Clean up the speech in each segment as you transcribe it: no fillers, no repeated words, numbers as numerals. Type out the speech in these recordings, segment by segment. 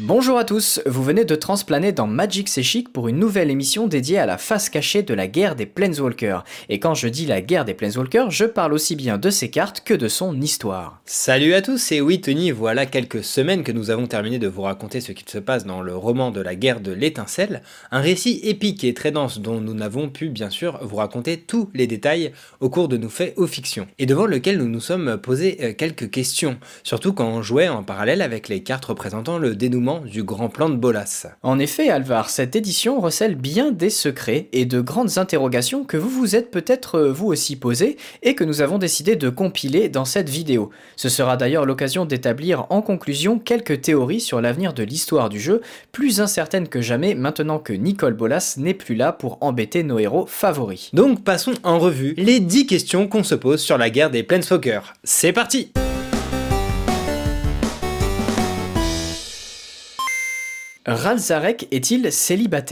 Bonjour à tous, vous venez de transplaner dans Magic C'est Chic pour une nouvelle émission dédiée à la face cachée de la guerre des Planeswalkers. Et quand je dis la guerre des Planeswalkers, je parle aussi bien de ses cartes que de son histoire. Salut à tous, et oui Tony, voilà quelques semaines que nous avons terminé de vous raconter ce qu'il se passe dans le roman de la guerre de l'étincelle, un récit épique et très dense dont nous n'avons pu bien sûr vous raconter tous les détails au cours de nos faits aux fictions, et devant lequel nous nous sommes posé quelques questions, surtout quand on jouait en parallèle avec les cartes représentant le dénouement du grand plan de Bolas. En effet, Alvar, cette édition recèle bien des secrets et de grandes interrogations que vous vous êtes peut-être vous aussi posées et que nous avons décidé de compiler dans cette vidéo. Ce sera d'ailleurs l'occasion d'établir en conclusion quelques théories sur l'avenir de l'histoire du jeu, plus incertaines que jamais maintenant que Nicol Bolas n'est plus là pour embêter nos héros favoris. Donc passons en revue les 10 questions qu'on se pose sur la guerre des Planeswalkers. C'est parti! Ral Zarek est-il célibataire ?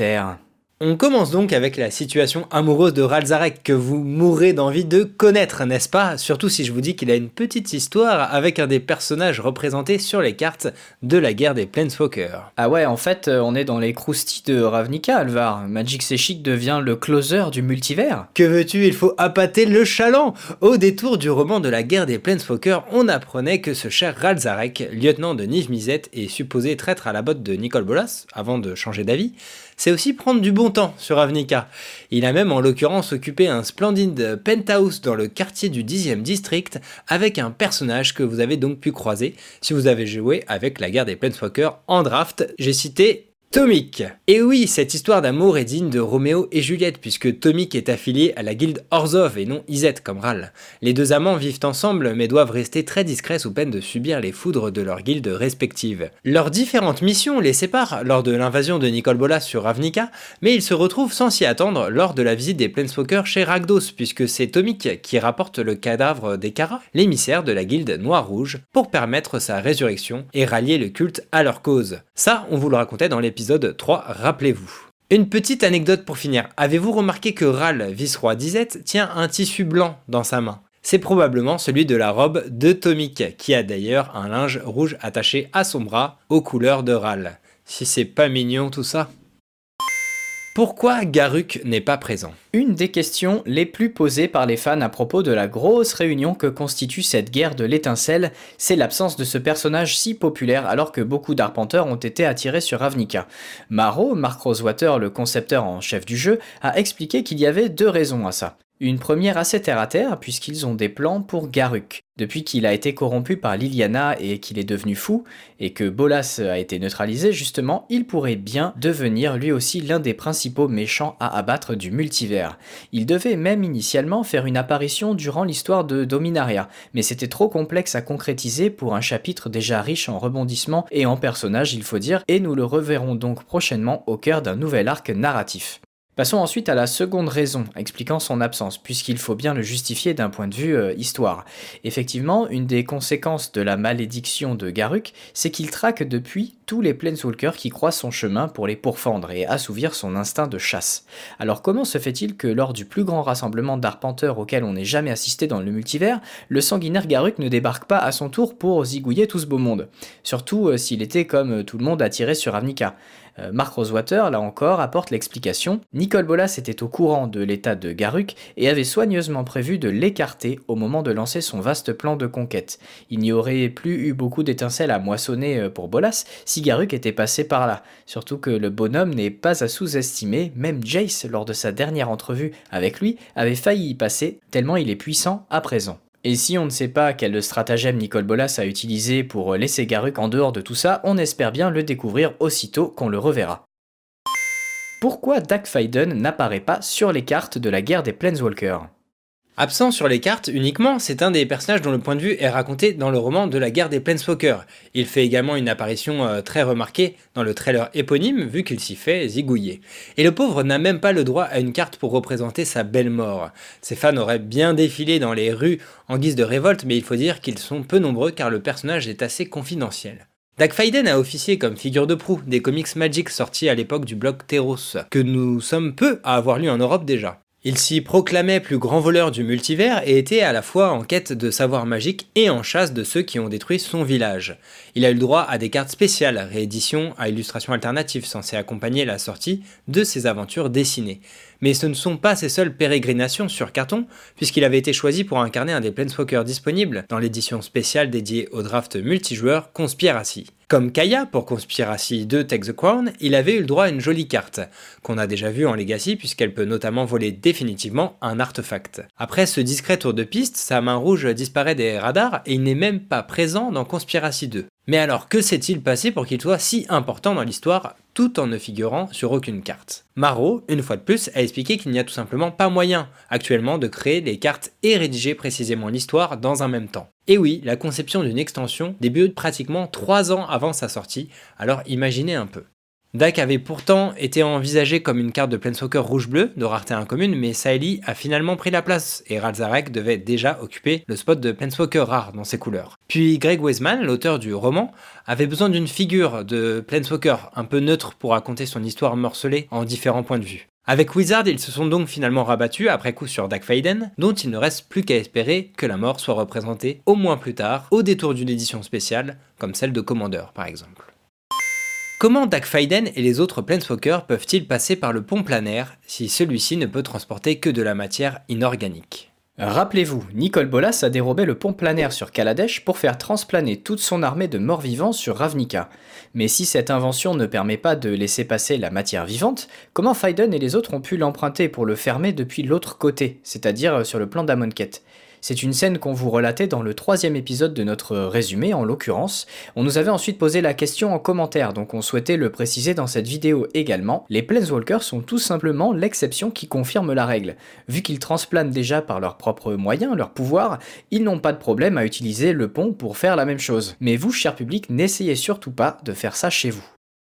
On commence donc avec la situation amoureuse de Ral Zarek que vous mourrez d'envie de connaître, n'est-ce pas? Surtout si je vous dis qu'il a une petite histoire avec un des personnages représentés sur les cartes de la guerre des Planeswalkers. Ah ouais, en fait, on est dans les croustilles de Ravnica, Alvar. Magic C'est Chic devient le closer du multivers. Que veux-tu, il faut appâter le chaland. Au détour du roman de la guerre des Planeswalkers, on apprenait que ce cher Ral Zarek, lieutenant de Niv-Mizzet et supposé traître à la botte de Nicol Bolas, avant de changer d'avis, c'est aussi prendre du bon temps sur Ravnica. Il a même en l'occurrence occupé un splendide penthouse dans le quartier du 10e district avec un personnage que vous avez donc pu croiser si vous avez joué avec la guerre des Planeswalkers en draft. J'ai cité Tomik. Et oui, cette histoire d'amour est digne de Roméo et Juliette puisque Tomik est affilié à la guilde Orzhov et non Izzet comme Ral. Les deux amants vivent ensemble mais doivent rester très discrets sous peine de subir les foudres de leurs guildes respectives. Leurs différentes missions les séparent lors de l'invasion de Nicol Bolas sur Ravnica, mais ils se retrouvent sans s'y attendre lors de la visite des Planeswalkers chez Rakdos puisque c'est Tomik qui rapporte le cadavre d'Ekara, l'émissaire de la guilde Noir-Rouge, pour permettre sa résurrection et rallier le culte à leur cause. Ça, on vous le racontait dans l'épisode 3, rappelez-vous. Une petite anecdote pour finir. Avez-vous remarqué que Ral, vice-roi d'Izzet, tient un tissu blanc dans sa main? C'est probablement celui de la robe de Tomik, qui a d'ailleurs un linge rouge attaché à son bras aux couleurs de Ral. Si c'est pas mignon tout ça. Pourquoi Garruk n'est pas présent? Une des questions les plus posées par les fans à propos de la grosse réunion que constitue cette guerre de l'étincelle, c'est l'absence de ce personnage si populaire alors que beaucoup d'arpenteurs ont été attirés sur Ravnica. Mark Rosewater, le concepteur en chef du jeu, a expliqué qu'il y avait deux raisons à ça. Une première assez terre-à-terre puisqu'ils ont des plans pour Garruk. Depuis qu'il a été corrompu par Liliana et qu'il est devenu fou, et que Bolas a été neutralisé justement, il pourrait bien devenir lui aussi l'un des principaux méchants à abattre du multivers. Il devait même initialement faire une apparition durant l'histoire de Dominaria, mais c'était trop complexe à concrétiser pour un chapitre déjà riche en rebondissements et en personnages il faut dire, et nous le reverrons donc prochainement au cœur d'un nouvel arc narratif. Passons ensuite à la seconde raison, expliquant son absence, puisqu'il faut bien le justifier d'un point de vue histoire. Effectivement, une des conséquences de la malédiction de Garruk, c'est qu'il traque depuis tous les Planeswalkers qui croisent son chemin pour les pourfendre et assouvir son instinct de chasse. Alors comment se fait-il que lors du plus grand rassemblement d'arpenteurs auquel on n'ait jamais assisté dans le multivers, le sanguinaire Garruk ne débarque pas à son tour pour zigouiller tout ce beau monde? Surtout s'il était comme tout le monde attiré sur Ravnica. Mark Rosewater, là encore, apporte l'explication. Nicol Bolas était au courant de l'état de Garruk et avait soigneusement prévu de l'écarter au moment de lancer son vaste plan de conquête. Il n'y aurait plus eu beaucoup d'étincelles à moissonner pour Bolas si Garruk était passé par là. Surtout que le bonhomme n'est pas à sous-estimer, même Jace, lors de sa dernière entrevue avec lui, avait failli y passer, tellement il est puissant à présent. Et si on ne sait pas quel stratagème Nicol Bolas a utilisé pour laisser Garruk en dehors de tout ça, on espère bien le découvrir aussitôt qu'on le reverra. Pourquoi Dack Fayden n'apparaît pas sur les cartes de la guerre des Planeswalkers ? Absent sur les cartes uniquement, c'est un des personnages dont le point de vue est raconté dans le roman de la guerre des Planeswalkers. Il fait également une apparition très remarquée dans le trailer éponyme vu qu'il s'y fait zigouiller. Et le pauvre n'a même pas le droit à une carte pour représenter sa belle mort. Ses fans auraient bien défilé dans les rues en guise de révolte, mais il faut dire qu'ils sont peu nombreux car le personnage est assez confidentiel. Dack Fayden a officié comme figure de proue des comics Magic sortis à l'époque du bloc Theros, que nous sommes peu à avoir lu en Europe déjà. Il s'y proclamait plus grand voleur du multivers et était à la fois en quête de savoir magique et en chasse de ceux qui ont détruit son village. Il a eu le droit à des cartes spéciales, rééditions à illustrations alternatives censées accompagner la sortie de ses aventures dessinées. Mais ce ne sont pas ses seules pérégrinations sur carton, puisqu'il avait été choisi pour incarner un des Planeswalkers disponibles dans l'édition spéciale dédiée au draft multijoueur Conspiracy. Comme Kaya pour Conspiracy 2 Take the Crown, il avait eu le droit à une jolie carte, qu'on a déjà vue en Legacy puisqu'elle peut notamment voler définitivement un artefact. Après ce discret tour de piste, sa main rouge disparaît des radars et il n'est même pas présent dans Conspiracy 2. Mais alors que s'est-il passé pour qu'il soit si important dans l'histoire tout en ne figurant sur aucune carte? Maro, une fois de plus, a expliqué qu'il n'y a tout simplement pas moyen actuellement de créer les cartes et rédiger précisément l'histoire dans un même temps. Et oui, la conception d'une extension débute pratiquement 3 ans avant sa sortie, alors imaginez un peu. Dak avait pourtant été envisagé comme une carte de Planeswalker rouge-bleu de rareté incommune, mais Saeli a finalement pris la place, et Ralzarek devait déjà occuper le spot de Planeswalker rare dans ses couleurs. Puis Greg Weisman, l'auteur du roman, avait besoin d'une figure de Planeswalker un peu neutre pour raconter son histoire morcelée en différents points de vue. Avec Wizard, ils se sont donc finalement rabattus après coup sur Dak Fayden, dont il ne reste plus qu'à espérer que la mort soit représentée au moins plus tard, au détour d'une édition spéciale, comme celle de Commander par exemple. Comment Dak Fayden et les autres Planeswalkers peuvent-ils passer par le pont planaire si celui-ci ne peut transporter que de la matière inorganique? Rappelez-vous, Nicol Bolas a dérobé le pont planaire sur Kaladesh pour faire transplaner toute son armée de morts-vivants sur Ravnica. Mais si cette invention ne permet pas de laisser passer la matière vivante, comment Fayden et les autres ont pu l'emprunter pour le fermer depuis l'autre côté, c'est-à-dire sur le plan d'Amonkhet? C'est une scène qu'on vous relatait dans le 3e épisode de notre résumé, en l'occurrence. On nous avait ensuite posé la question en commentaire, donc on souhaitait le préciser dans cette vidéo également. Les Planeswalkers sont tout simplement l'exception qui confirme la règle. Vu qu'ils transplanent déjà par leurs propres moyens, leur pouvoir, ils n'ont pas de problème à utiliser le pont pour faire la même chose. Mais vous, cher public, n'essayez surtout pas de faire ça chez vous.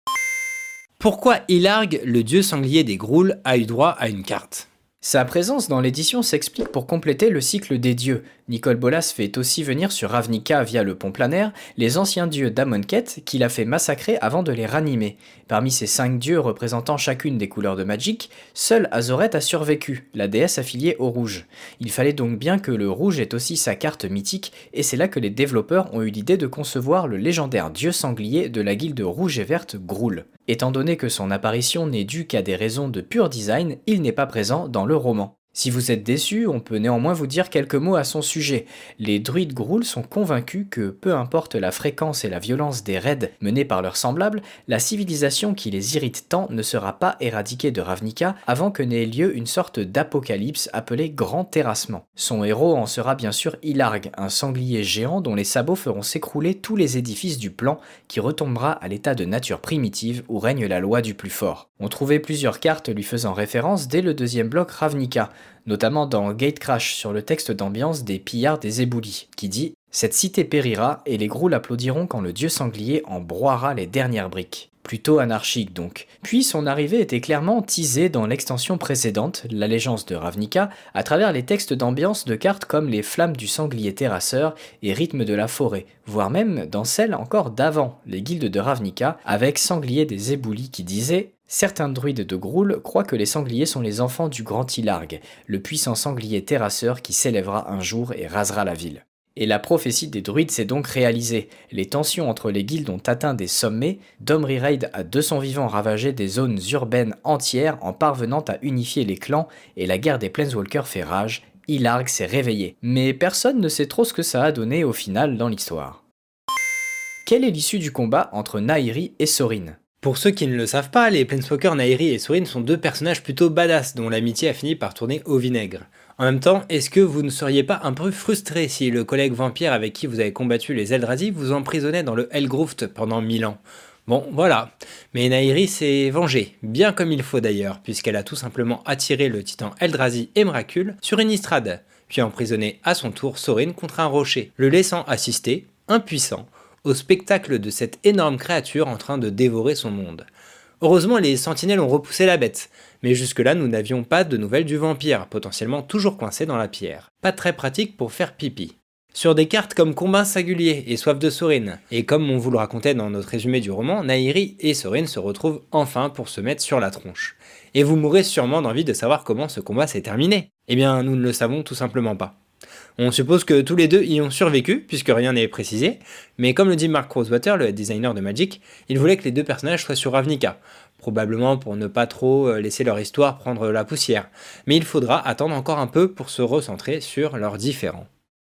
Pourquoi Ilarg, le dieu sanglier des Gruul, a eu droit à une carte? Sa présence dans l'édition s'explique pour compléter le cycle des dieux. Nicol Bolas fait aussi venir sur Ravnica via le pont planaire les anciens dieux d'Amonkhet qu'il a fait massacrer avant de les ranimer. Parmi ces 5 dieux représentant chacune des couleurs de Magic, seule Azoret a survécu, la déesse affiliée au rouge. Il fallait donc bien que le rouge ait aussi sa carte mythique, et c'est là que les développeurs ont eu l'idée de concevoir le légendaire dieu sanglier de la guilde rouge et verte Gruul. Étant donné que son apparition n'est due qu'à des raisons de pur design, il n'est pas présent dans le roman. Si vous êtes déçu, on peut néanmoins vous dire quelques mots à son sujet. Les druides Gruul sont convaincus que, peu importe la fréquence et la violence des raids menés par leurs semblables, la civilisation qui les irrite tant ne sera pas éradiquée de Ravnica avant que n'ait lieu une sorte d'apocalypse appelée Grand Terrassement. Son héros en sera bien sûr Ilarg, un sanglier géant dont les sabots feront s'écrouler tous les édifices du plan qui retombera à l'état de nature primitive où règne la loi du plus fort. On trouvait plusieurs cartes lui faisant référence dès le 2e bloc Ravnica, notamment dans Gatecrash sur le texte d'ambiance des pillards des éboulis, qui dit « Cette cité périra et les Gruul applaudiront quand le dieu sanglier en broiera les dernières briques ». Plutôt anarchique donc. Puis son arrivée était clairement teasée dans l'extension précédente, l'allégeance de Ravnica, à travers les textes d'ambiance de cartes comme les flammes du sanglier terrasseur et rythme de la forêt, voire même dans celles encore d'avant, les guildes de Ravnica, avec Sanglier des éboulis qui disait « Certains druides de Gruul croient que les sangliers sont les enfants du grand Ilarg, le puissant sanglier terrasseur qui s'élèvera un jour et rasera la ville. » Et la prophétie des druides s'est donc réalisée. Les tensions entre les guildes ont atteint des sommets, Domri Raid a de son vivant ravagé des zones urbaines entières en parvenant à unifier les clans et la guerre des Planeswalkers fait rage, Ilarg s'est réveillé. Mais personne ne sait trop ce que ça a donné au final dans l'histoire. Quelle est l'issue du combat entre Nahiri et Sorin ? Pour ceux qui ne le savent pas, les Planeswalkers Nahiri et Sorin sont 2 personnages plutôt badass dont l'amitié a fini par tourner au vinaigre. En même temps, est-ce que vous ne seriez pas un peu frustré si le collègue vampire avec qui vous avez combattu les Eldrazi vous emprisonnait dans le Hellgruft pendant 1000 ans? Bon, voilà. Mais Nahiri s'est vengée, bien comme il faut d'ailleurs, puisqu'elle a tout simplement attiré le titan Eldrazi Emrakul sur une Innistrad, puis emprisonné à son tour Sorin contre un rocher, le laissant assister, impuissant, au spectacle de cette énorme créature en train de dévorer son monde. Heureusement, les sentinelles ont repoussé la bête, mais jusque-là nous n'avions pas de nouvelles du vampire, potentiellement toujours coincé dans la pierre. Pas très pratique pour faire pipi. sur des cartes comme Combat singulier et Soif de Sorin. Et comme on vous le racontait dans notre résumé du roman, Nahiri et Sorin se retrouvent enfin pour se mettre sur la tronche. Et vous mourrez sûrement d'envie de savoir comment ce combat s'est terminé. Eh bien, nous ne le savons tout simplement pas. On suppose que tous les deux y ont survécu, puisque rien n'est précisé, mais comme le dit Mark Rosewater, le designer de Magic, il voulait que les deux personnages soient sur Ravnica, probablement pour ne pas trop laisser leur histoire prendre la poussière, mais il faudra attendre encore un peu pour se recentrer sur leurs différends.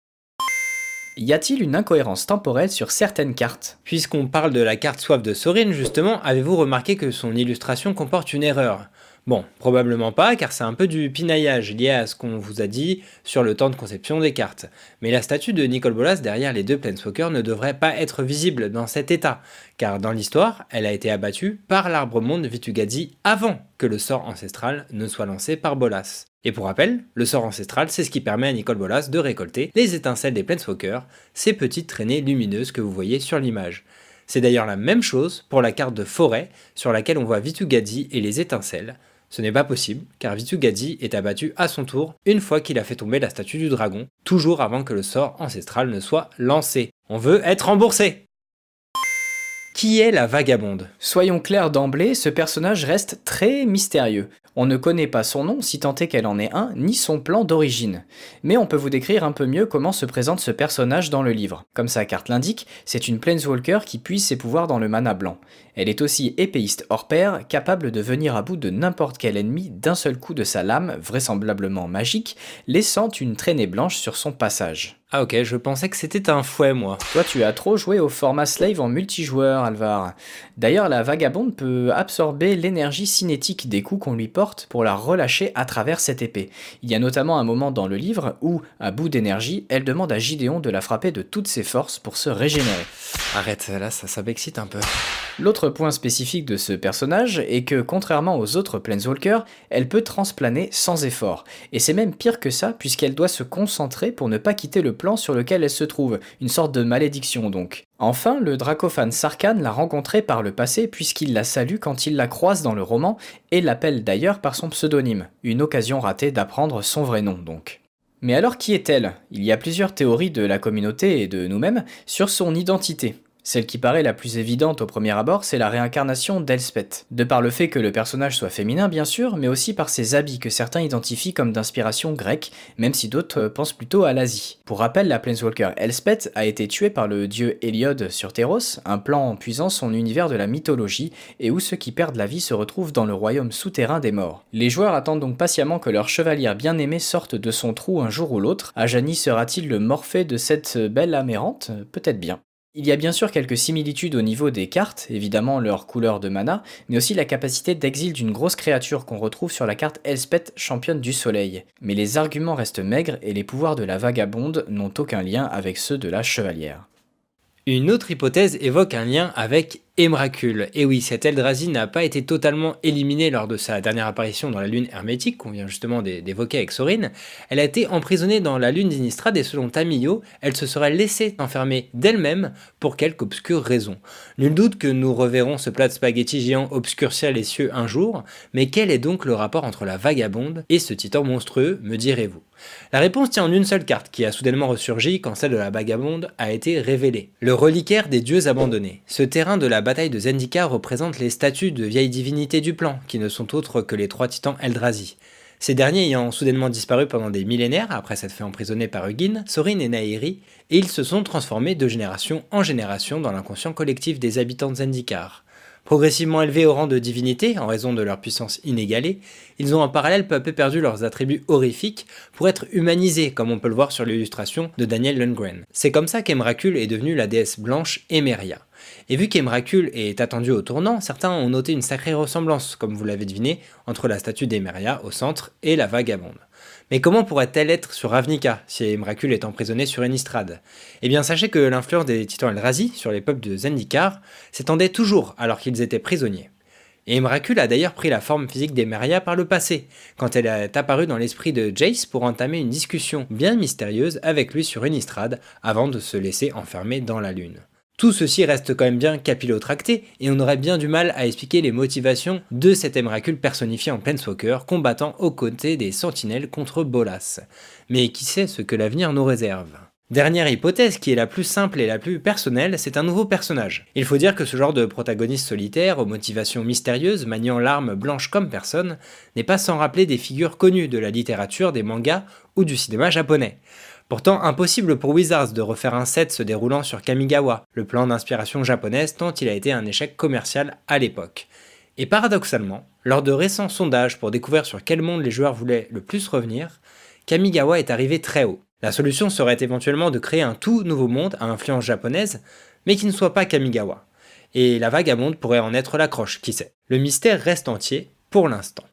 Y a-t-il une incohérence temporelle sur certaines cartes? Puisqu'on parle de la carte Soif de Sorin, justement, avez-vous remarqué que son illustration comporte une erreur? Bon, probablement pas, car c'est un peu du pinaillage lié à ce qu'on vous a dit sur le temps de conception des cartes. Mais la statue de Nicol Bolas derrière les deux Planeswalkers ne devrait pas être visible dans cet état, car dans l'histoire, elle a été abattue par l'arbre-monde Vitu-Ghazi avant que le sort ancestral ne soit lancé par Bolas. Et pour rappel, le sort ancestral, c'est ce qui permet à Nicol Bolas de récolter les étincelles des Planeswalkers, ces petites traînées lumineuses que vous voyez sur l'image. C'est d'ailleurs la même chose pour la carte de forêt, sur laquelle on voit Vitu-Ghazi et les étincelles. Ce n'est pas possible, car Vitu-Ghazi est abattu à son tour une fois qu'il a fait tomber la statue du dragon, toujours avant que le sort ancestral ne soit lancé. On veut être remboursé! Qui est la vagabonde? Soyons clairs d'emblée, ce personnage reste très mystérieux. On ne connaît pas son nom, si tant est qu'elle en ait un, ni son plan d'origine. Mais on peut vous décrire un peu mieux comment se présente ce personnage dans le livre. Comme sa carte l'indique, c'est une Planeswalker qui puise ses pouvoirs dans le mana blanc. Elle est aussi épéiste hors pair, capable de venir à bout de n'importe quel ennemi d'un seul coup de sa lame, vraisemblablement magique, laissant une traînée blanche sur son passage. Ah ok, je pensais que c'était un fouet moi. Toi, tu as trop joué au format Slave en multijoueur, Alvar. D'ailleurs, la vagabonde peut absorber l'énergie cinétique des coups qu'on lui porte pour la relâcher à travers cette épée. Il y a notamment un moment dans le livre où, à bout d'énergie, elle demande à Gideon de la frapper de toutes ses forces pour se régénérer. Arrête, là ça m'excite un peu. L'autre point spécifique de ce personnage est que, contrairement aux autres Planeswalkers, elle peut transplaner sans effort. Et c'est même pire que ça, puisqu'elle doit se concentrer pour ne pas quitter le plan sur lequel elle se trouve, une sorte de malédiction donc. Enfin, le Dracophane Sarkhan l'a rencontrée par le passé puisqu'il la salue quand il la croise dans le roman, et l'appelle d'ailleurs par son pseudonyme, une occasion ratée d'apprendre son vrai nom donc. Mais alors qui est-elle? Il y a plusieurs théories de la communauté et de nous-mêmes sur son identité. Celle qui paraît la plus évidente au premier abord, c'est la réincarnation d'Elspeth. De par le fait que le personnage soit féminin bien sûr, mais aussi par ses habits que certains identifient comme d'inspiration grecque, même si d'autres pensent plutôt à l'Asie. Pour rappel, la Planeswalker Elspeth a été tuée par le dieu Héliode sur Theros, un plan puisant son univers de la mythologie, et où ceux qui perdent la vie se retrouvent dans le royaume souterrain des morts. Les joueurs attendent donc patiemment que leur chevalière bien-aimée sorte de son trou un jour ou l'autre. Ajani sera-t-il le Morphée de cette belle amérante? Peut-être bien. Il y a bien sûr quelques similitudes au niveau des cartes, évidemment leur couleur de mana, mais aussi la capacité d'exil d'une grosse créature qu'on retrouve sur la carte Elspeth, championne du soleil. Mais les arguments restent maigres et les pouvoirs de la vagabonde n'ont aucun lien avec ceux de la chevalière. Une autre hypothèse évoque un lien avec Emrakul. Et oui, cette Eldrazi n'a pas été totalement éliminée lors de sa dernière apparition dans la lune hermétique, qu'on vient justement d'évoquer avec Sorin. Elle a été emprisonnée dans la lune d'Innistrad et selon Tamillo, elle se serait laissée enfermer d'elle-même pour quelque obscure raison. Nul doute que nous reverrons ce plat de spaghettis géant obscurcir les cieux un jour, mais quel est donc le rapport entre la vagabonde et ce titan monstrueux, me direz-vous? La réponse tient en une seule carte qui a soudainement ressurgi quand celle de la vagabonde a été révélée. Le reliquaire des dieux abandonnés. Ce terrain de la bataille de Zendikar représente les statues de vieilles divinités du plan, qui ne sont autres que les 3 titans Eldrazi. Ces derniers ayant soudainement disparu pendant des millénaires après s'être fait emprisonner par Hugin, Sorin et Nahiri, et ils se sont transformés de génération en génération dans l'inconscient collectif des habitants de Zendikar. Progressivement élevés au rang de divinité en raison de leur puissance inégalée, ils ont en parallèle peu à peu perdu leurs attributs horrifiques pour être humanisés, comme on peut le voir sur l'illustration de Daniel Lundgren. C'est comme ça qu'Emrakul est devenue la déesse blanche Emeria. Et vu qu'Emrakul est attendu au tournant, certains ont noté une sacrée ressemblance, comme vous l'avez deviné, entre la statue d'Emeria au centre et la vagabonde. Mais comment pourrait-elle être sur Ravnica, si Emrakul est emprisonné sur Innistrad? Eh bien sachez que l'influence des titans Eldrazi sur les peuples de Zendikar s'étendait toujours alors qu'ils étaient prisonniers. Et Emrakul a d'ailleurs pris la forme physique d'Emeria par le passé, quand elle est apparue dans l'esprit de Jace pour entamer une discussion bien mystérieuse avec lui sur Innistrad, avant de se laisser enfermer dans la lune. Tout ceci reste quand même bien capillotracté, et on aurait bien du mal à expliquer les motivations de cet Emrakul personnifié en Planeswalker, combattant aux côtés des sentinelles contre Bolas. Mais qui sait ce que l'avenir nous réserve? Dernière hypothèse, qui est la plus simple et la plus personnelle, c'est un nouveau personnage. Il faut dire que ce genre de protagoniste solitaire, aux motivations mystérieuses, maniant l'arme blanche comme personne, n'est pas sans rappeler des figures connues de la littérature, des mangas ou du cinéma japonais. Pourtant, impossible pour Wizards de refaire un set se déroulant sur Kamigawa, le plan d'inspiration japonaise tant il a été un échec commercial à l'époque. Et paradoxalement, lors de récents sondages pour découvrir sur quel monde les joueurs voulaient le plus revenir, Kamigawa est arrivé très haut. La solution serait éventuellement de créer un tout nouveau monde à influence japonaise, mais qui ne soit pas Kamigawa. Et la vagabonde pourrait en être l'accroche, qui sait. Le mystère reste entier pour l'instant.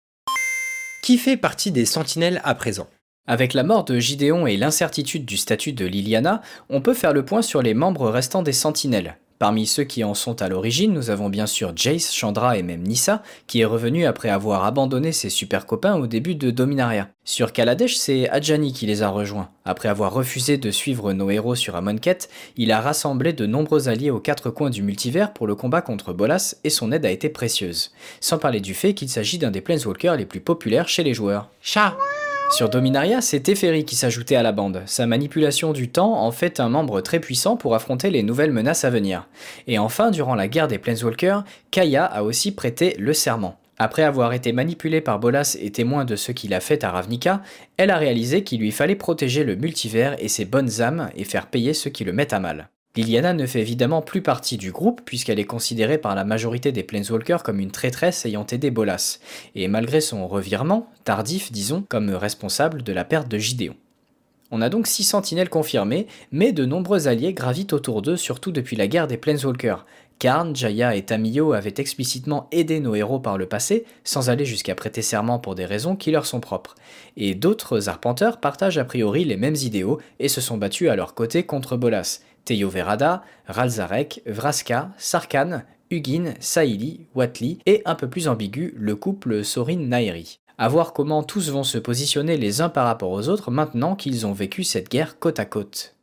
Qui fait partie des sentinelles à présent ? Avec la mort de Gideon et l'incertitude du statut de Liliana, on peut faire le point sur les membres restants des Sentinelles. Parmi ceux qui en sont à l'origine, nous avons bien sûr Jace, Chandra et même Nissa, qui est revenu après avoir abandonné ses super copains au début de Dominaria. Sur Kaladesh, c'est Adjani qui les a rejoints. Après avoir refusé de suivre nos héros sur Amonkhet, il a rassemblé de nombreux alliés aux quatre coins du multivers pour le combat contre Bolas et son aide a été précieuse. Sans parler du fait qu'il s'agit d'un des Planeswalkers les plus populaires chez les joueurs. Chat. Sur Dominaria, c'est Teferi qui s'ajoutait à la bande. Sa manipulation du temps en fait un membre très puissant pour affronter les nouvelles menaces à venir. Et enfin, durant la guerre des Planeswalkers, Kaya a aussi prêté le serment. Après avoir été manipulée par Bolas et témoin de ce qu'il a fait à Ravnica, elle a réalisé qu'il lui fallait protéger le multivers et ses bonnes âmes et faire payer ceux qui le mettent à mal. Liliana ne fait évidemment plus partie du groupe puisqu'elle est considérée par la majorité des Planeswalkers comme une traîtresse ayant aidé Bolas, et malgré son revirement, tardif disons, comme responsable de la perte de Gideon. On a donc 6 sentinelles confirmées, mais de nombreux alliés gravitent autour d'eux surtout depuis la guerre des Planeswalkers. Karn, Jaya et Tamiyo avaient explicitement aidé nos héros par le passé, sans aller jusqu'à prêter serment pour des raisons qui leur sont propres. Et d'autres arpenteurs partagent a priori les mêmes idéaux et se sont battus à leur côté contre Bolas. Teyo Verada, Ralzarek, Vraska, Sarkhan, Hugin, Saïli, Watli et un peu plus ambigu, le couple Sorin-Naeri. À voir comment tous vont se positionner les uns par rapport aux autres maintenant qu'ils ont vécu cette guerre côte à côte.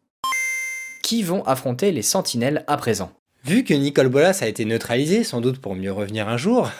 Qui vont affronter les sentinelles à présent ? Vu que Nicol Bolas a été neutralisé, sans doute pour mieux revenir un jour,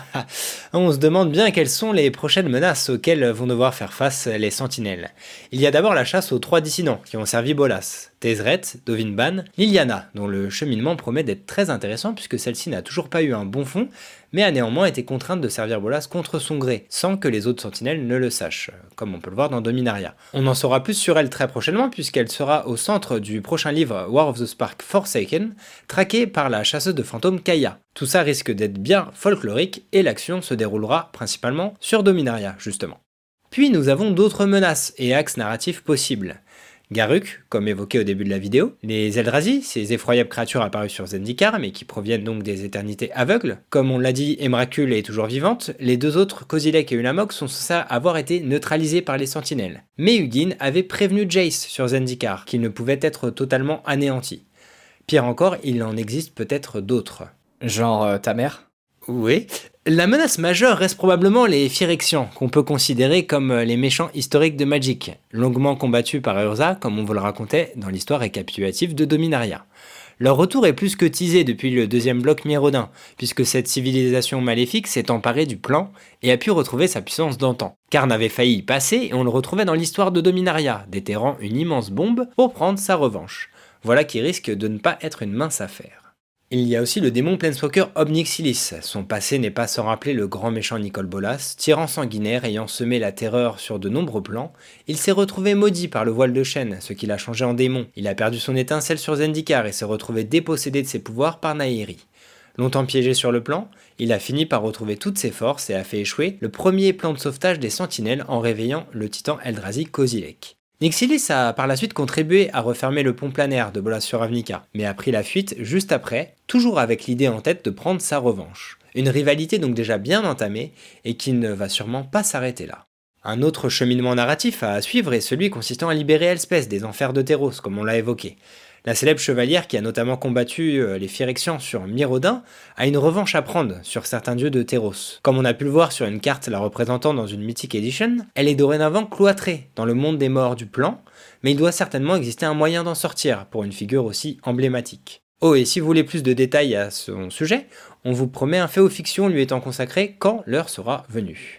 on se demande bien quelles sont les prochaines menaces auxquelles vont devoir faire face les sentinelles. Il y a d'abord la chasse aux 3 dissidents qui ont servi Bolas, Tezzeret, Dovinban, Liliana, dont le cheminement promet d'être très intéressant puisque celle-ci n'a toujours pas eu un bon fond, mais a néanmoins été contrainte de servir Bolas contre son gré, sans que les autres sentinelles ne le sachent, comme on peut le voir dans Dominaria. On en saura plus sur elle très prochainement puisqu'elle sera au centre du prochain livre War of the Spark Forsaken, traqué par la chasseuse de fantômes Kaya. Tout ça risque d'être bien folklorique et l'action se déroulera principalement sur Dominaria, justement. Puis nous avons d'autres menaces et axes narratifs possibles. Garruk, comme évoqué au début de la vidéo, les Eldrazi, ces effroyables créatures apparues sur Zendikar mais qui proviennent donc des éternités aveugles. Comme on l'a dit, Emrakul est toujours vivante, les deux autres, Kozilek et Ulamog, sont censés avoir été neutralisés par les sentinelles. Mais Hugin avait prévenu Jace sur Zendikar qu'il ne pouvait être totalement anéanti. Pire encore, il en existe peut-être d'autres. Genre ta mère ? Oui. La menace majeure reste probablement les Phyrexians, qu'on peut considérer comme les méchants historiques de Magic, longuement combattus par Urza, comme on vous le racontait dans l'histoire récapitulative de Dominaria. Leur retour est plus que teasé depuis le deuxième bloc Mirrodin, puisque cette civilisation maléfique s'est emparée du plan et a pu retrouver sa puissance d'antan. Karn avait failli y passer et on le retrouvait dans l'histoire de Dominaria, déterrant une immense bombe pour prendre sa revanche. Voilà qui risque de ne pas être une mince affaire. Il y a aussi le démon Planeswalker Ob-Nixilis. Son passé n'est pas sans rappeler le grand méchant Nicol Bolas, tyran sanguinaire ayant semé la terreur sur de nombreux plans. Il s'est retrouvé maudit par le voile de chêne, ce qui l'a changé en démon. Il a perdu son étincelle sur Zendikar et s'est retrouvé dépossédé de ses pouvoirs par Nairi. Longtemps piégé sur le plan, il a fini par retrouver toutes ses forces et a fait échouer le premier plan de sauvetage des sentinelles en réveillant le titan Eldrazi Kozilek. Nixilis a par la suite contribué à refermer le pont planaire de Bolas sur Ravnica, mais a pris la fuite juste après, toujours avec l'idée en tête de prendre sa revanche. Une rivalité donc déjà bien entamée et qui ne va sûrement pas s'arrêter là. Un autre cheminement narratif à suivre est celui consistant à libérer Elspeth des enfers de Theros, comme on l'a évoqué. La célèbre chevalière qui a notamment combattu les Phyrexians sur Mirrodin a une revanche à prendre sur certains dieux de Theros. Comme on a pu le voir sur une carte la représentant dans une Mythic Edition, elle est dorénavant cloîtrée dans le monde des morts du plan, mais il doit certainement exister un moyen d'en sortir pour une figure aussi emblématique. Oh, et si vous voulez plus de détails à son sujet, on vous promet un fait ou fiction lui étant consacré quand l'heure sera venue.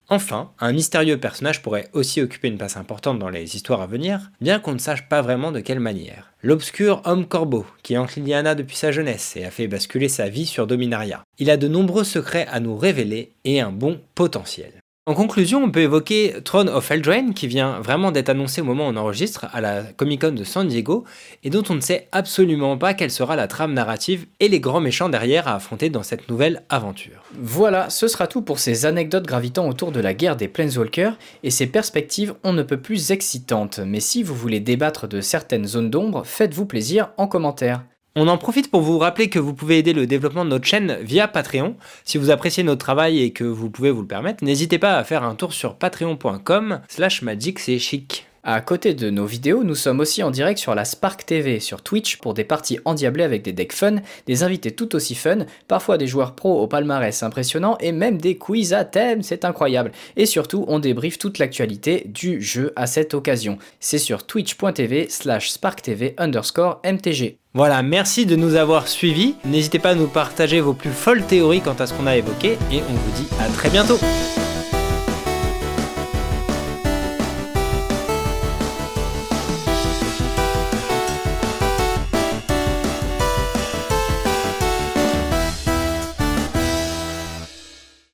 Enfin, un mystérieux personnage pourrait aussi occuper une place importante dans les histoires à venir, bien qu'on ne sache pas vraiment de quelle manière. L'obscur homme corbeau, qui hante Liliana depuis sa jeunesse et a fait basculer sa vie sur Dominaria. Il a de nombreux secrets à nous révéler et un bon potentiel. En conclusion, on peut évoquer Throne of Eldraine, qui vient vraiment d'être annoncé au moment où on enregistre à la Comic-Con de San Diego, et dont on ne sait absolument pas quelle sera la trame narrative et les grands méchants derrière à affronter dans cette nouvelle aventure. Voilà, ce sera tout pour ces anecdotes gravitant autour de la guerre des Planeswalkers, et ces perspectives on ne peut plus excitantes, mais si vous voulez débattre de certaines zones d'ombre, faites-vous plaisir en commentaire. On en profite pour vous rappeler que vous pouvez aider le développement de notre chaîne via Patreon. Si vous appréciez notre travail et que vous pouvez vous le permettre, n'hésitez pas à faire un tour sur patreon.com/magic c'est chic. À côté de nos vidéos, nous sommes aussi en direct sur la Spark TV, sur Twitch, pour des parties endiablées avec des decks fun, des invités tout aussi fun, parfois des joueurs pros au palmarès impressionnant et même des quiz à thème, c'est incroyable. Et surtout, on débriefe toute l'actualité du jeu à cette occasion. C'est sur twitch.tv/sparktv_mtg. Voilà, merci de nous avoir suivis. N'hésitez pas à nous partager vos plus folles théories quant à ce qu'on a évoqué et on vous dit à très bientôt.